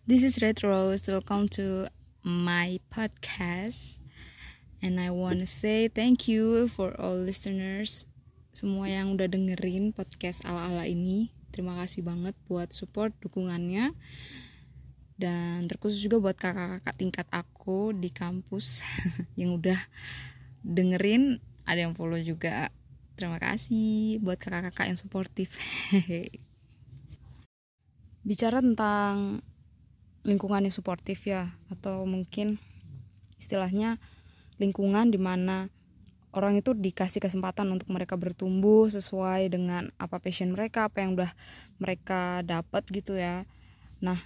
This is Red Rose. Welcome to my podcast. And I wanna say thank you for all listeners, semua yang udah dengerin podcast ala-ala ini. Terima kasih banget buat support dukungannya. Dan terkhusus juga buat kakak-kakak tingkat aku di kampus yang udah dengerin, ada yang follow juga. Terima kasih buat kakak-kakak yang suportif. Bicara tentang lingkungan yang suportif ya, atau mungkin istilahnya lingkungan di mana orang itu dikasih kesempatan untuk mereka bertumbuh sesuai dengan apa passion mereka, apa yang udah mereka dapat gitu ya. Nah,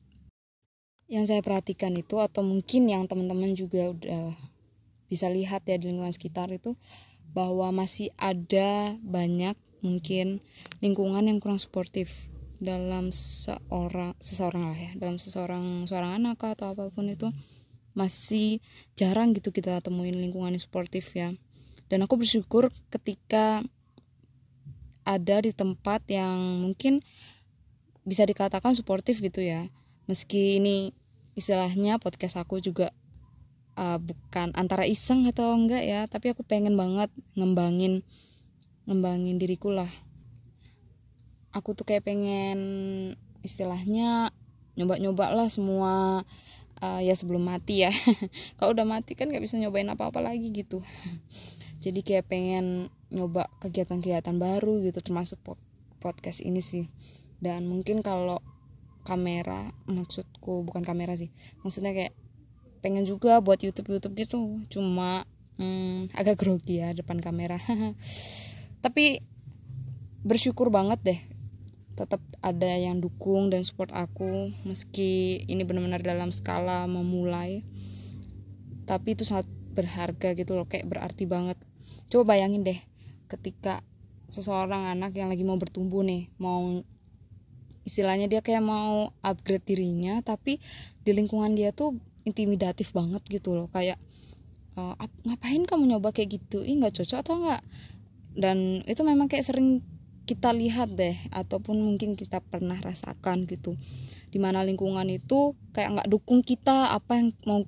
yang saya perhatikan itu, atau mungkin yang teman-teman juga udah bisa lihat ya di lingkungan sekitar itu, bahwa masih ada banyak mungkin lingkungan yang kurang suportif dalam seseorang lah ya, dalam seorang anak atau apapun itu. Masih jarang gitu kita temuin lingkungan yang suportif ya. Dan aku bersyukur ketika ada di tempat yang mungkin bisa dikatakan suportif gitu ya. Meski ini istilahnya podcast aku juga bukan antara iseng atau enggak ya, tapi aku pengen banget ngembangin diriku lah. Aku tuh kayak pengen istilahnya nyoba lah semua ya sebelum mati ya. Kalau udah mati kan gak bisa nyobain apa-apa lagi gitu. Jadi kayak pengen nyoba kegiatan-kegiatan baru gitu, termasuk podcast ini sih. Dan mungkin kalau kamera, maksudku bukan kamera sih, maksudnya kayak pengen juga buat YouTube gitu. Cuma agak grogi ya depan kamera. Tapi bersyukur banget deh, tetap ada yang dukung dan support aku meski ini benar-benar dalam skala memulai, tapi itu sangat berharga gitu loh, kayak berarti banget. Coba bayangin deh ketika seseorang anak yang lagi mau bertumbuh nih, mau istilahnya dia kayak mau upgrade dirinya, tapi di lingkungan dia tuh intimidatif banget gitu loh, kayak ngapain kamu nyoba kayak gitu, nggak cocok atau enggak. Dan itu memang kayak sering kita lihat deh, ataupun mungkin kita pernah rasakan gitu, dimana lingkungan itu kayak nggak dukung kita apa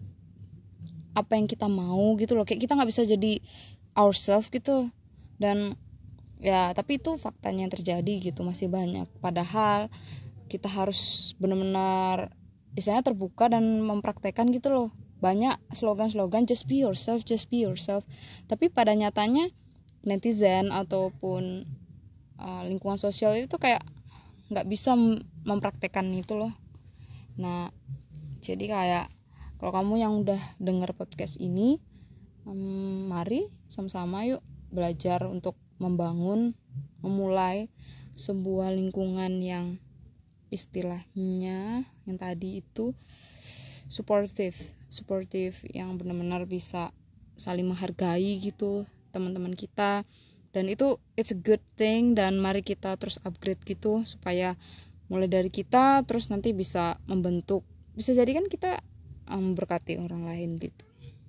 yang kita mau gitu loh, kayak kita nggak bisa jadi ourselves gitu. Dan ya tapi itu faktanya yang terjadi gitu, masih banyak, padahal kita harus benar-benar istilahnya terbuka dan mempraktekkan gitu loh. Banyak slogan-slogan just be yourself, tapi pada nyatanya netizen ataupun lingkungan sosial itu kayak nggak bisa mempraktekkan itu loh. Nah, jadi kayak kalau kamu yang udah denger podcast ini, mari sama-sama yuk belajar untuk memulai sebuah lingkungan yang istilahnya yang tadi itu suportif yang benar-benar bisa saling menghargai gitu teman-teman kita. Dan itu it's a good thing, dan mari kita terus upgrade gitu supaya mulai dari kita terus nanti bisa membentuk, bisa jadi kan kita memberkati orang lain gitu.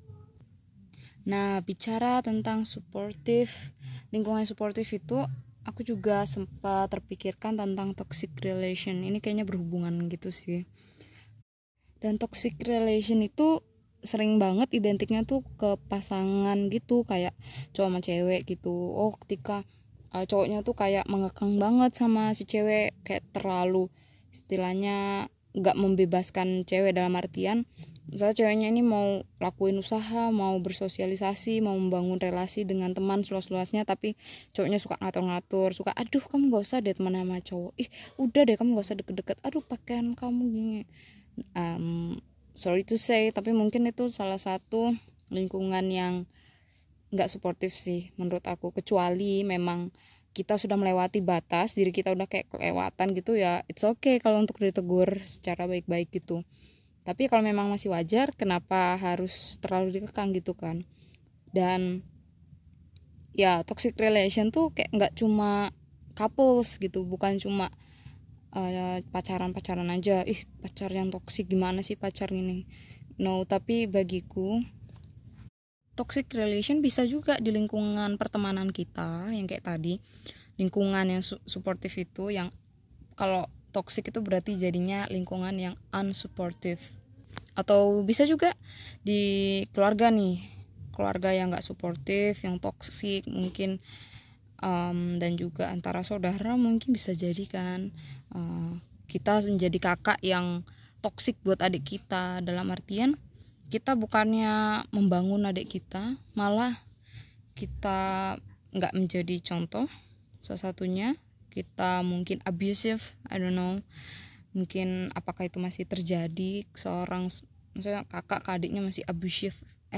Nah, bicara tentang lingkungan suportif itu, aku juga sempat terpikirkan tentang toxic relation. Ini kayaknya berhubungan gitu sih. Dan toxic relation itu sering banget identiknya tuh ke pasangan gitu, kayak cowok sama cewek gitu. Ketika cowoknya tuh kayak mengekang banget sama si cewek, kayak terlalu istilahnya gak membebaskan cewek, dalam artian misalnya ceweknya ini mau lakuin usaha, mau bersosialisasi, mau membangun relasi dengan teman seluas-luasnya, tapi cowoknya suka ngatur-ngatur, suka aduh kamu gak usah deh teman sama cowok, udah deh kamu gak usah deket-deket, aduh pakaian kamu gini. Sorry to say, tapi mungkin itu salah satu lingkungan yang gak suportif sih menurut aku. Kecuali memang kita sudah melewati batas, diri kita udah kayak kelewatan gitu ya, it's okay kalau untuk ditegur secara baik-baik gitu. Tapi kalau memang masih wajar, kenapa harus terlalu dikekang gitu kan. Dan ya toxic relation tuh kayak gak cuma couples gitu, bukan cuma pacaran aja, pacar yang toksik gimana sih pacar ini, no. Tapi bagiku toxic relation bisa juga di lingkungan pertemanan kita, yang kayak tadi lingkungan yang suportif itu, yang kalau toxic itu berarti jadinya lingkungan yang unsupportive. Atau bisa juga di keluarga nih, keluarga yang gak suportif, yang toksik mungkin, dan juga antara saudara mungkin bisa jadi kan, kita menjadi kakak yang toksik buat adik kita, dalam artian kita bukannya membangun adik kita, malah kita gak menjadi contoh. Salah satunya kita mungkin abusive, I don't know, mungkin apakah itu masih terjadi, seorang misalnya kakak ke adiknya masih abusive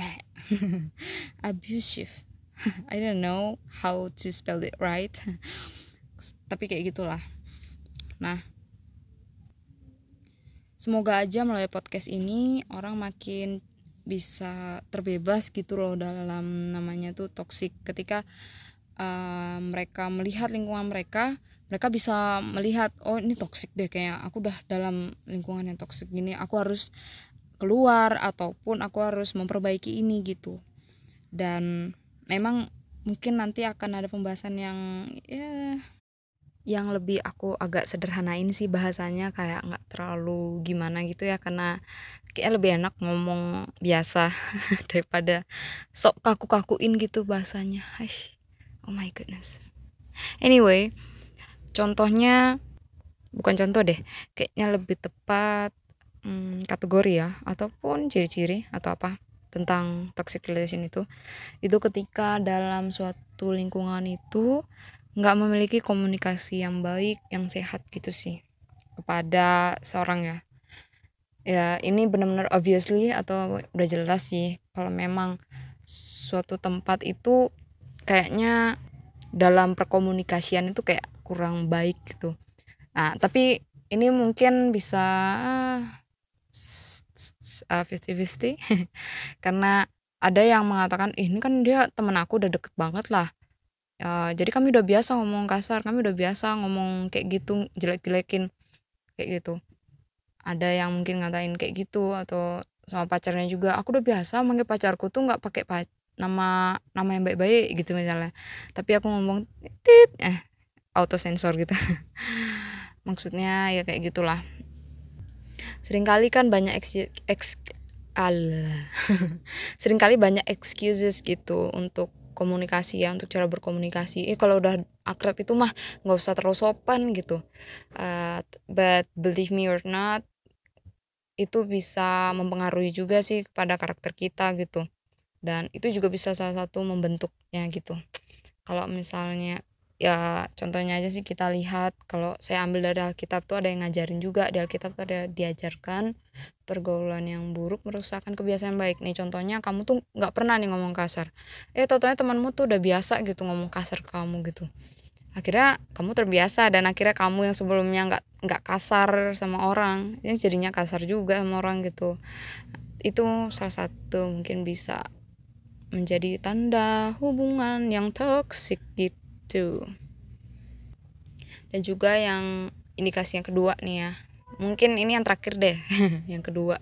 abusive I don't know how to spell it right tapi kayak gitulah. Nah, semoga aja melalui podcast ini orang makin bisa terbebas gitu loh dalam namanya tuh toxic. Ketika mereka melihat lingkungan mereka bisa melihat, oh ini toksik deh, kayak aku udah dalam lingkungan yang toksik gini, aku harus keluar ataupun aku harus memperbaiki ini gitu. Dan memang mungkin nanti akan ada pembahasan yang lebih aku agak sederhanain sih bahasanya, kayak nggak terlalu gimana gitu ya, karena kayak lebih enak ngomong biasa daripada sok kaku-kakuin gitu bahasanya. Oh my goodness. Anyway, contohnya, bukan contoh deh, kayaknya lebih tepat kategori ya, ataupun ciri-ciri atau apa tentang toxic relation itu ketika dalam suatu lingkungan itu nggak memiliki komunikasi yang baik, yang sehat gitu sih kepada seorang ya ini benar-benar obviously atau udah jelas sih kalau memang suatu tempat itu kayaknya dalam perkomunikasian itu kayak kurang baik gitu. Nah, tapi ini mungkin bisa 50-50 karena ada yang mengatakan, ini kan dia teman aku udah deket banget lah, jadi kami udah biasa ngomong kasar, kami udah biasa ngomong kayak gitu, jelek-jelekin kayak gitu. Ada yang mungkin ngatain kayak gitu, atau sama pacarnya juga, aku udah biasa manggil pacarku tuh nggak pakai nama yang baik-baik gitu misalnya, tapi aku ngomong tit auto sensor gitu maksudnya ya kayak gitulah. Seringkali kan banyak seringkali banyak excuses gitu untuk komunikasi ya, untuk cara berkomunikasi. Kalau udah akrab itu mah nggak usah terlalu sopan gitu. But believe me or not, itu bisa mempengaruhi juga sih kepada karakter kita gitu. Dan itu juga bisa salah satu membentuknya gitu. Kalau misalnya ya contohnya aja sih, kita lihat kalau saya ambil dari Alkitab tuh ada yang ngajarin juga, di Alkitab tuh ada diajarkan pergaulan yang buruk merusakkan kebiasaan baik. Nih contohnya, kamu tuh nggak pernah nih ngomong kasar, totonya temanmu tuh udah biasa gitu ngomong kasar ke kamu gitu, akhirnya kamu terbiasa, dan akhirnya kamu yang sebelumnya nggak kasar sama orang ini jadinya kasar juga sama orang gitu. Itu salah satu mungkin bisa menjadi tanda hubungan yang toksik gitu. Dan juga yang indikasi yang kedua nih ya, mungkin ini yang terakhir deh yang kedua,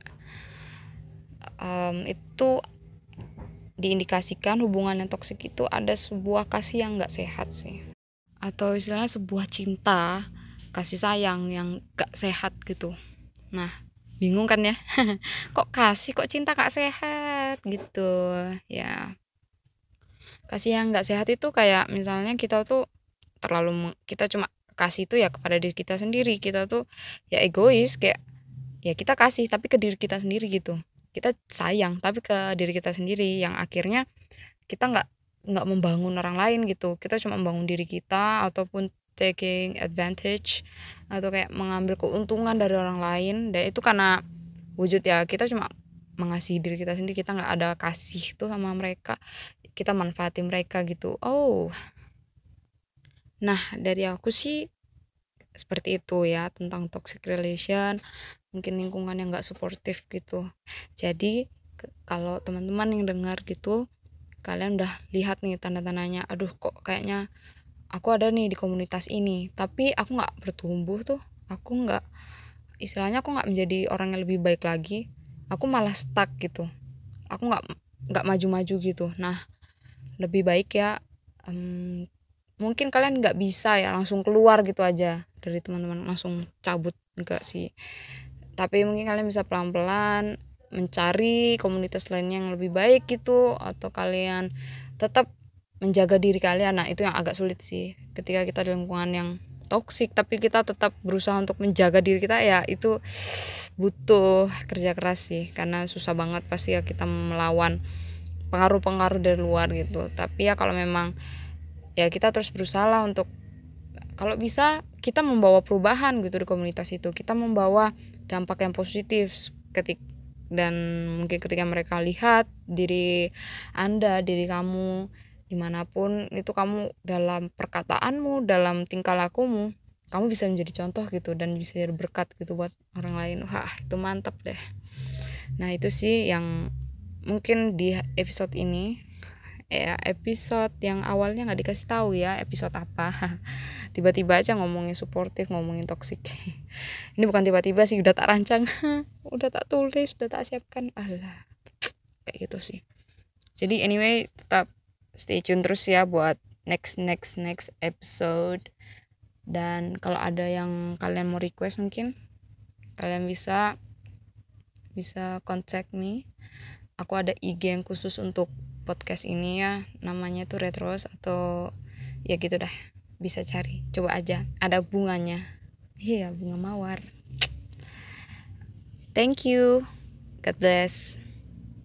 itu diindikasikan hubungan yang toksik itu ada sebuah kasih yang gak sehat sih, atau istilahnya sebuah cinta, kasih sayang yang gak sehat gitu. Nah, bingung kan ya kok cinta gak sehat gitu ya. Kasih yang gak sehat itu kayak misalnya kita tuh kita cuma kasih itu ya kepada diri kita sendiri, kita tuh ya egois, kayak ya kita kasih tapi ke diri kita sendiri gitu, kita sayang tapi ke diri kita sendiri, yang akhirnya kita nggak membangun orang lain gitu, kita cuma membangun diri kita, ataupun taking advantage atau kayak mengambil keuntungan dari orang lain. Dan itu karena wujud ya kita cuma mengasihi diri kita sendiri, kita nggak ada kasih tuh sama mereka, kita manfaatin mereka gitu. Nah, dari aku sih seperti itu ya tentang toxic relation, mungkin lingkungan yang gak suportif gitu. Jadi kalau teman-teman yang dengar gitu, kalian udah lihat nih tanda-tandanya, aduh kok kayaknya aku ada nih di komunitas ini, tapi aku gak bertumbuh tuh, aku gak menjadi orang yang lebih baik lagi, aku malah stuck gitu, aku gak maju-maju gitu. Nah, lebih baik ya mungkin kalian nggak bisa ya langsung keluar gitu aja dari teman-teman, langsung cabut, enggak sih. Tapi mungkin kalian bisa pelan-pelan mencari komunitas lainnya yang lebih baik gitu, atau kalian tetap menjaga diri kalian. Nah itu yang agak sulit sih, ketika kita di lingkungan yang toksik tapi kita tetap berusaha untuk menjaga diri kita, ya itu butuh kerja keras sih, karena susah banget pasti ya kita melawan pengaruh-pengaruh dari luar gitu. Tapi ya kalau memang ya kita terus berusaha lah untuk, kalau bisa kita membawa perubahan gitu di komunitas itu, kita membawa dampak yang positif dan mungkin ketika mereka lihat diri Anda, diri kamu dimanapun itu, kamu dalam perkataanmu, dalam tingkah lakumu, kamu bisa menjadi contoh gitu dan bisa jadi berkat gitu buat orang lain. Wah itu mantap deh. Nah itu sih yang mungkin di episode ini, ya episode yang awalnya nggak dikasih tahu ya episode apa. Tiba-tiba aja ngomongin suportif, ngomongin toksik. Ini bukan tiba-tiba sih, udah tak rancang. Udah tak tulis, udah tak siapkan. Alah, kayak gitu sih. Jadi anyway, tetap stay tune terus ya buat next episode. Dan kalau ada yang kalian mau request, mungkin kalian bisa contact me. Aku ada IG yang khusus untuk podcast ini ya, namanya tuh Retros, atau ya gitu dah, bisa cari, coba aja, ada bunganya. Iya, bunga mawar. Thank you, God bless.